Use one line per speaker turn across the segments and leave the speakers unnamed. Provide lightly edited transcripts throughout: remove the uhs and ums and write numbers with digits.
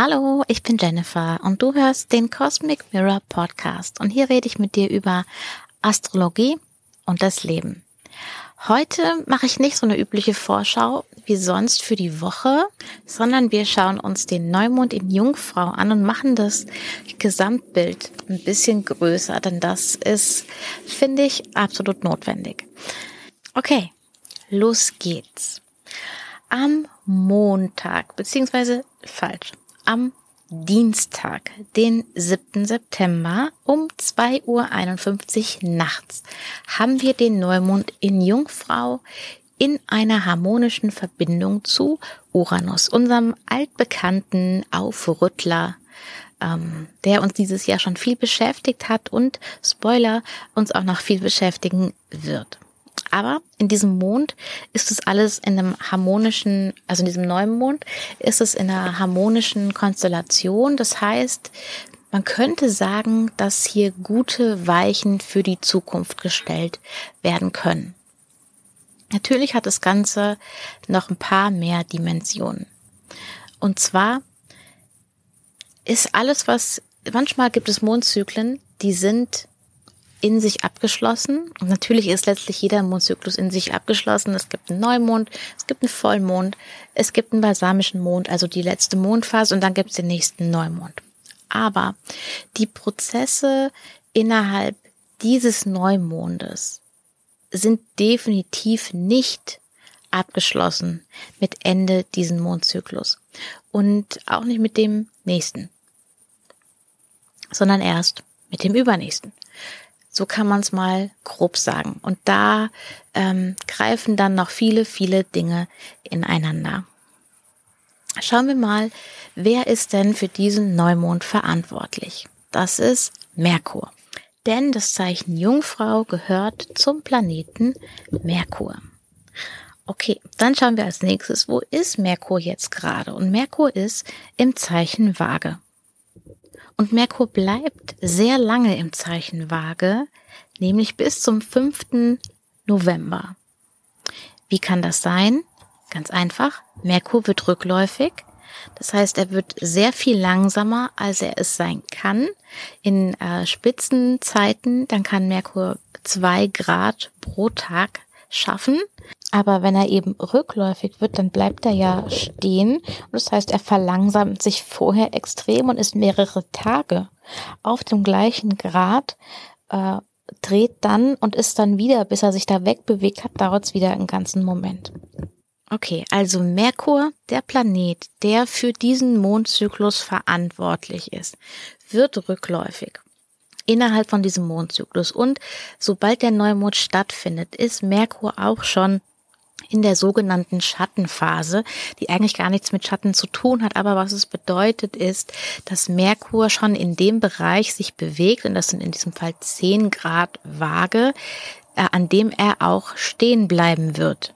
Hallo, ich bin Jennifer und du hörst den Cosmic Mirror Podcast und hier rede ich mit dir über Astrologie und das Leben. Heute mache ich nicht so eine übliche Vorschau wie sonst für die Woche, sondern wir schauen uns den Neumond in Jungfrau an und machen das Gesamtbild ein bisschen größer, denn das ist, finde ich, absolut notwendig. Okay, los geht's. Am Montag, am Dienstag, den 7. September um 2:51 Uhr nachts haben wir den Neumond in Jungfrau in einer harmonischen Verbindung zu Uranus, unserem altbekannten Aufrüttler, der uns dieses Jahr schon viel beschäftigt hat und, Spoiler, uns auch noch viel beschäftigen wird. Aber in diesem Mond ist es alles in einem harmonischen, also in diesem Neumond ist es in einer harmonischen Konstellation. Das heißt, man könnte sagen, dass hier gute Weichen für die Zukunft gestellt werden können. Natürlich hat das Ganze noch ein paar mehr Dimensionen. Und zwar ist alles, manchmal gibt es Mondzyklen, die sind in sich abgeschlossen. Und natürlich ist letztlich jeder Mondzyklus in sich abgeschlossen. Es gibt einen Neumond, es gibt einen Vollmond, es gibt einen balsamischen Mond, also die letzte Mondphase, und dann gibt es den nächsten Neumond. Aber die Prozesse innerhalb dieses Neumondes sind definitiv nicht abgeschlossen mit Ende diesen Mondzyklus und auch nicht mit dem nächsten, sondern erst mit dem übernächsten. So kann man es mal grob sagen. Und da greifen dann noch viele, viele Dinge ineinander. Schauen wir mal, wer ist denn für diesen Neumond verantwortlich? Das ist Merkur. Denn das Zeichen Jungfrau gehört zum Planeten Merkur. Okay, dann schauen wir als nächstes, wo ist Merkur jetzt gerade? Und Merkur ist im Zeichen Waage. Und Merkur bleibt sehr lange im Zeichen Waage, nämlich bis zum 5. November. Wie kann das sein? Ganz einfach, Merkur wird rückläufig. Das heißt, er wird sehr viel langsamer, als er es sein kann. In Spitzenzeiten, dann kann Merkur 2 Grad pro Tag schaffen. Aber wenn er eben rückläufig wird, dann bleibt er ja stehen. Und das heißt, er verlangsamt sich vorher extrem und ist mehrere Tage auf dem gleichen Grad, dreht dann und ist dann wieder, bis er sich da wegbewegt hat, dauert es wieder einen ganzen Moment. Okay, also Merkur, der Planet, der für diesen Mondzyklus verantwortlich ist, wird rückläufig innerhalb von diesem Mondzyklus. Und sobald der Neumond stattfindet, ist Merkur auch schon in der sogenannten Schattenphase, die eigentlich gar nichts mit Schatten zu tun hat, aber was es bedeutet ist, dass Merkur schon in dem Bereich sich bewegt, und das sind in diesem Fall 10 Grad Waage, an dem er auch stehen bleiben wird,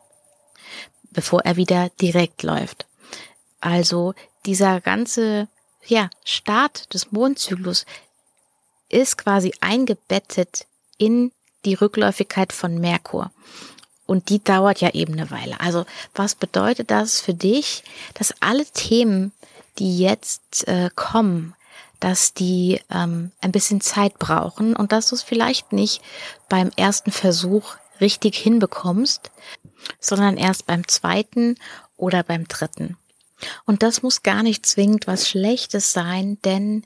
bevor er wieder direkt läuft. Also dieser ganze Start des Mondzyklus ist quasi eingebettet in die Rückläufigkeit von Merkur. Und die dauert ja eben eine Weile. Also was bedeutet das für dich, dass alle Themen, die jetzt kommen, dass die ein bisschen Zeit brauchen und dass du es vielleicht nicht beim ersten Versuch richtig hinbekommst, sondern erst beim zweiten oder beim dritten. Und das muss gar nicht zwingend was Schlechtes sein, denn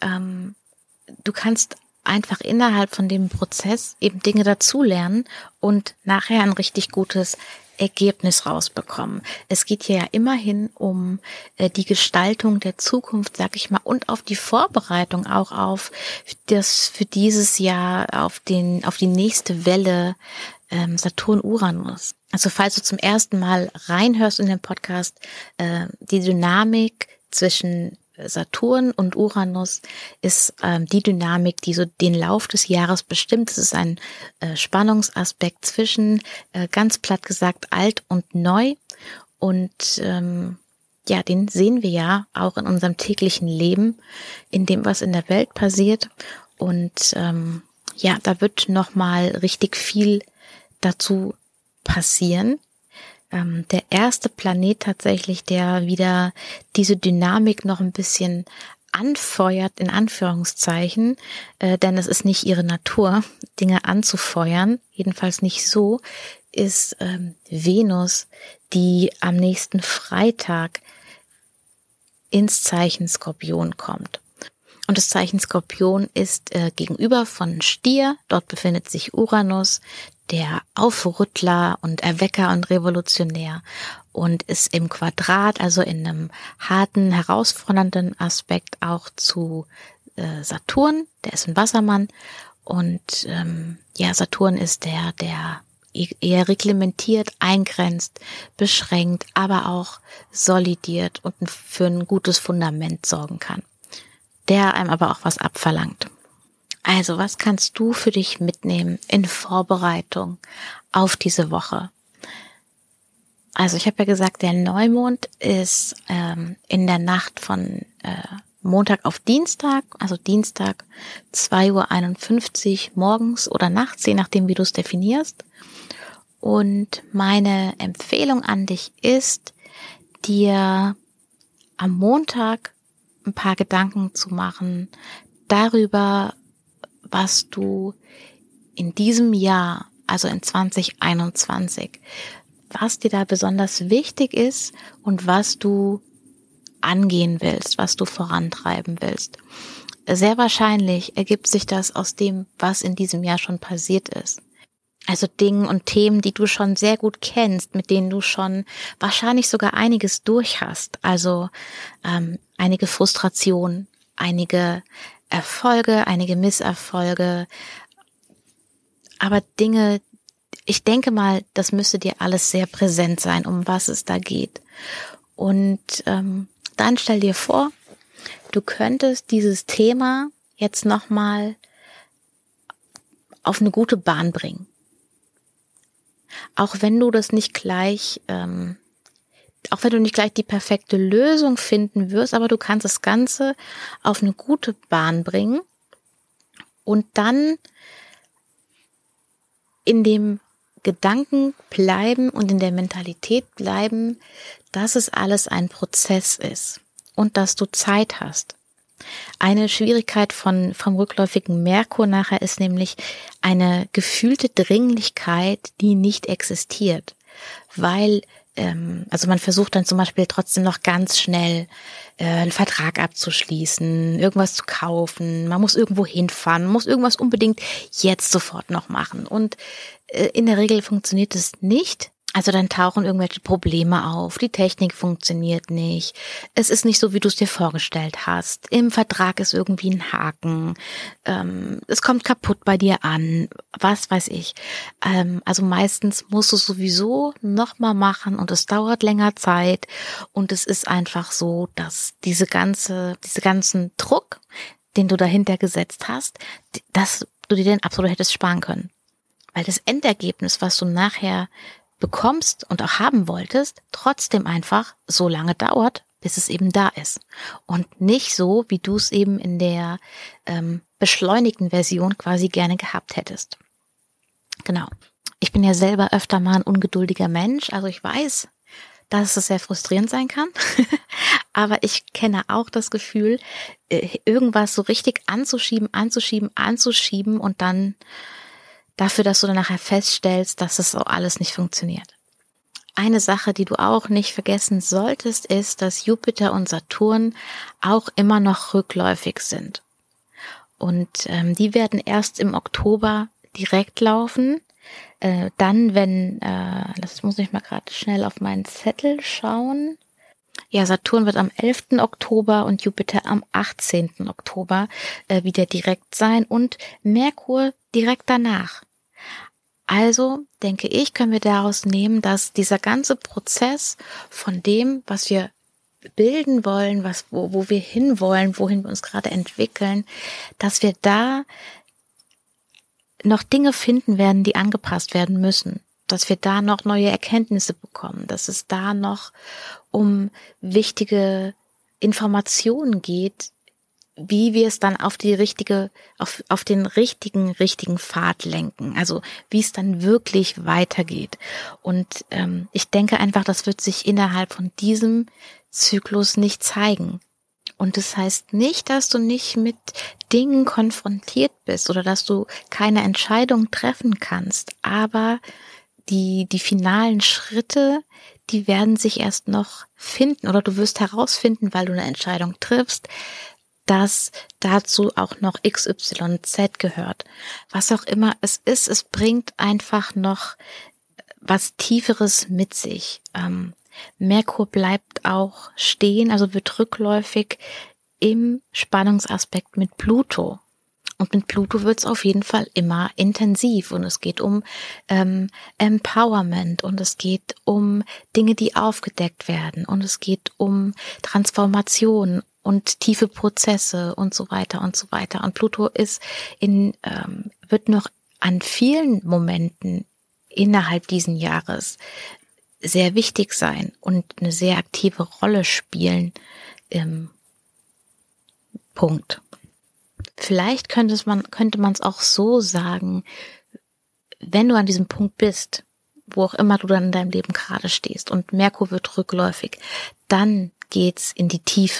du kannst einfach innerhalb von dem Prozess eben Dinge dazulernen und nachher ein richtig gutes Ergebnis rausbekommen. Es geht hier ja immerhin um die Gestaltung der Zukunft, sag ich mal, und auf die Vorbereitung auch auf das für dieses Jahr, auf die nächste Welle Saturn-Uranus. Also falls du zum ersten Mal reinhörst in den Podcast, die Dynamik zwischen Saturn und Uranus ist die Dynamik, die so den Lauf des Jahres bestimmt. Es ist ein Spannungsaspekt zwischen, ganz platt gesagt, alt und neu. Und den sehen wir ja auch in unserem täglichen Leben, in dem, was in der Welt passiert. Und da wird nochmal richtig viel dazu passieren. der erste Planet tatsächlich, der wieder diese Dynamik noch ein bisschen anfeuert, in Anführungszeichen, denn es ist nicht ihre Natur, Dinge anzufeuern, jedenfalls nicht so, ist Venus, die am nächsten Freitag ins Zeichen Skorpion kommt. Und das Zeichen Skorpion ist gegenüber von Stier. Dort befindet sich Uranus, der Aufrüttler und Erwecker und Revolutionär, und ist im Quadrat, also in einem harten, herausfordernden Aspekt auch zu Saturn. Der ist ein Wassermann, und Saturn ist der eher reglementiert, eingrenzt, beschränkt, aber auch solidiert und für ein gutes Fundament sorgen kann, der einem aber auch was abverlangt. Also, was kannst du für dich mitnehmen in Vorbereitung auf diese Woche? Also, ich habe ja gesagt, der Neumond ist in der Nacht von Montag auf Dienstag, also Dienstag 2:51 Uhr morgens oder nachts, je nachdem, wie du es definierst. Und meine Empfehlung an dich ist, dir am Montag ein paar Gedanken zu machen darüber, was du in diesem Jahr, also in 2021, was dir da besonders wichtig ist und was du angehen willst, was du vorantreiben willst. Sehr wahrscheinlich ergibt sich das aus dem, was in diesem Jahr schon passiert ist. Also Dingen und Themen, die du schon sehr gut kennst, mit denen du schon wahrscheinlich sogar einiges durch hast. Also einige Frustrationen, einige Erfolge, einige Misserfolge, aber Dinge, ich denke mal, das müsste dir alles sehr präsent sein, um was es da geht. Und dann stell dir vor, du könntest dieses Thema jetzt nochmal auf eine gute Bahn bringen. Auch wenn du das nicht gleich, auch wenn du nicht gleich die perfekte Lösung finden wirst, aber du kannst das Ganze auf eine gute Bahn bringen und dann in dem Gedanken bleiben und in der Mentalität bleiben, dass es alles ein Prozess ist und dass du Zeit hast. Eine Schwierigkeit vom rückläufigen Merkur nachher ist nämlich eine gefühlte Dringlichkeit, die nicht existiert, weil also man versucht dann zum Beispiel trotzdem noch ganz schnell einen Vertrag abzuschließen, irgendwas zu kaufen, man muss irgendwo hinfahren, man muss irgendwas unbedingt jetzt sofort noch machen, und in der Regel funktioniert es nicht. Also dann tauchen irgendwelche Probleme auf, die Technik funktioniert nicht, es ist nicht so, wie du es dir vorgestellt hast, im Vertrag ist irgendwie ein Haken, es kommt kaputt bei dir an, was weiß ich. Also meistens musst du es sowieso nochmal machen und es dauert länger Zeit, und es ist einfach so, dass diese ganzen Druck, den du dahinter gesetzt hast, dass du dir den absolut hättest sparen können. Weil das Endergebnis, was du nachher bekommst und auch haben wolltest, trotzdem einfach so lange dauert, bis es eben da ist. Und nicht so, wie du es eben in der beschleunigten Version quasi gerne gehabt hättest. Genau. Ich bin ja selber öfter mal ein ungeduldiger Mensch, also ich weiß, dass es sehr frustrierend sein kann, aber ich kenne auch das Gefühl, irgendwas so richtig anzuschieben und dann dafür, dass du dann nachher feststellst, dass es so alles nicht funktioniert. Eine Sache, die du auch nicht vergessen solltest, ist, dass Jupiter und Saturn auch immer noch rückläufig sind. Und die werden erst im Oktober direkt laufen. Dann, wenn, das muss ich mal gerade schnell auf meinen Zettel schauen. Ja, Saturn wird am 11. Oktober und Jupiter am 18. Oktober wieder direkt sein und Merkur direkt danach. Also, denke ich, können wir daraus nehmen, dass dieser ganze Prozess von dem, was wir bilden wollen, wo wir hinwollen, wohin wir uns gerade entwickeln, dass wir da noch Dinge finden werden, die angepasst werden müssen, dass wir da noch neue Erkenntnisse bekommen, dass es da noch um wichtige Informationen geht, wie wir es dann auf den richtigen Pfad lenken, also wie es dann wirklich weitergeht. Und ich denke einfach, das wird sich innerhalb von diesem Zyklus nicht zeigen. Und das heißt nicht, dass du nicht mit Dingen konfrontiert bist oder dass du keine Entscheidung treffen kannst, aber die finalen Schritte, die werden sich erst noch finden oder du wirst herausfinden, weil du eine Entscheidung triffst, dass dazu auch noch XYZ gehört. Was auch immer es ist, es bringt einfach noch was Tieferes mit sich. Merkur bleibt auch stehen, also wird rückläufig im Spannungsaspekt mit Pluto. Und mit Pluto wird es auf jeden Fall immer intensiv und es geht um Empowerment und es geht um Dinge, die aufgedeckt werden und es geht um Transformation und tiefe Prozesse und so weiter und so weiter. Und Pluto wird noch an vielen Momenten innerhalb diesen Jahres sehr wichtig sein und eine sehr aktive Rolle spielen. Punkt. Vielleicht könnte man es auch so sagen, wenn du an diesem Punkt bist, wo auch immer du dann in deinem Leben gerade stehst und Merkur wird rückläufig, dann geht's in die Tiefe.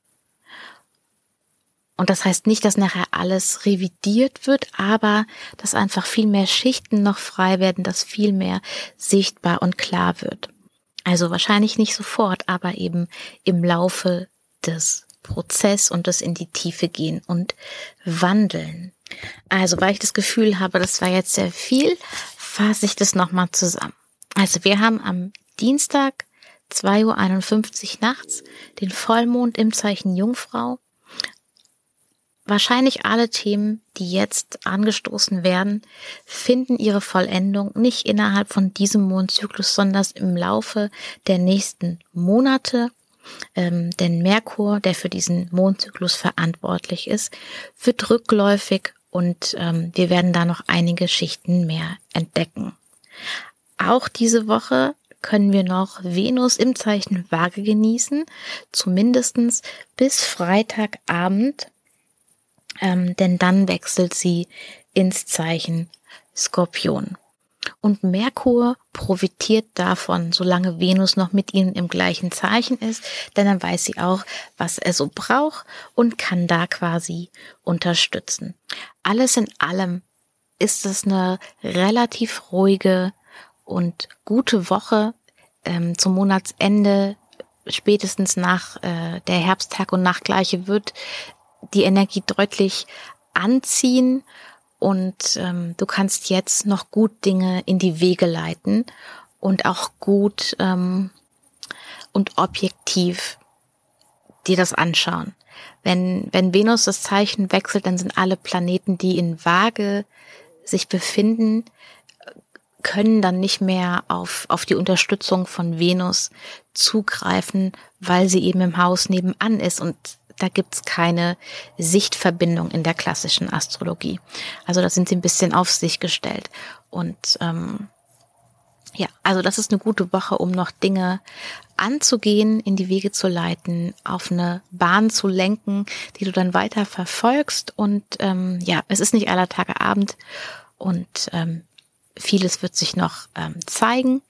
Und das heißt nicht, dass nachher alles revidiert wird, aber dass einfach viel mehr Schichten noch frei werden, dass viel mehr sichtbar und klar wird. Also wahrscheinlich nicht sofort, aber eben im Laufe des Prozess und das in die Tiefe gehen und wandeln. Also, weil ich das Gefühl habe, das war jetzt sehr viel, fasse ich das nochmal zusammen. Also, wir haben am Dienstag 2:51 Uhr nachts den Vollmond im Zeichen Jungfrau. Wahrscheinlich alle Themen, die jetzt angestoßen werden, finden ihre Vollendung nicht innerhalb von diesem Mondzyklus, sondern im Laufe der nächsten Monate. Denn Merkur, der für diesen Mondzyklus verantwortlich ist, wird rückläufig und wir werden da noch einige Schichten mehr entdecken. Auch diese Woche können wir noch Venus im Zeichen Waage genießen, zumindestens bis Freitagabend, denn dann wechselt sie ins Zeichen Skorpion. Und Merkur profitiert davon, solange Venus noch mit ihnen im gleichen Zeichen ist, denn dann weiß sie auch, was er so braucht und kann da quasi unterstützen. Alles in allem ist es eine relativ ruhige und gute Woche. Zum Monatsende, spätestens nach der Herbsttag- und Nachtgleiche, wird die Energie deutlich anziehen. Und du kannst jetzt noch gut Dinge in die Wege leiten und auch gut und objektiv dir das anschauen. Wenn Venus das Zeichen wechselt, dann sind alle Planeten, die in Waage sich befinden, können dann nicht mehr auf die Unterstützung von Venus zugreifen, weil sie eben im Haus nebenan ist und da gibt's keine Sichtverbindung in der klassischen Astrologie. Also da sind sie ein bisschen auf sich gestellt. Und also das ist eine gute Woche, um noch Dinge anzugehen, in die Wege zu leiten, auf eine Bahn zu lenken, die du dann weiter verfolgst. Und es ist nicht aller Tage Abend und vieles wird sich noch zeigen.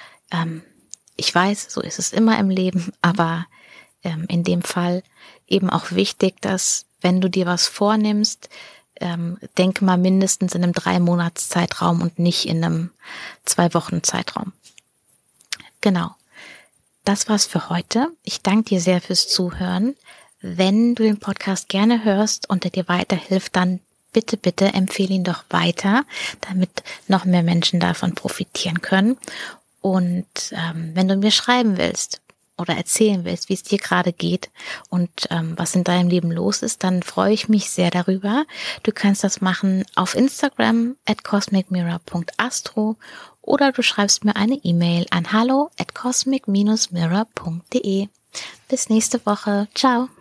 Ich weiß, so ist es immer im Leben, aber in dem Fall eben auch wichtig, dass wenn du dir was vornimmst, denke mal mindestens in einem 3-Monats-Zeitraum und nicht in einem 2-Wochen-Zeitraum. Genau. Das war's für heute. Ich danke dir sehr fürs Zuhören. Wenn du den Podcast gerne hörst und der dir weiterhilft, dann bitte empfehle ihn doch weiter, damit noch mehr Menschen davon profitieren können. Und wenn du mir schreiben willst oder erzählen willst, wie es dir gerade geht und was in deinem Leben los ist, dann freue ich mich sehr darüber. Du kannst das machen auf Instagram @cosmicmirror.astro oder du schreibst mir eine E-Mail an hallo@cosmic-mirror.de. Bis nächste Woche. Ciao.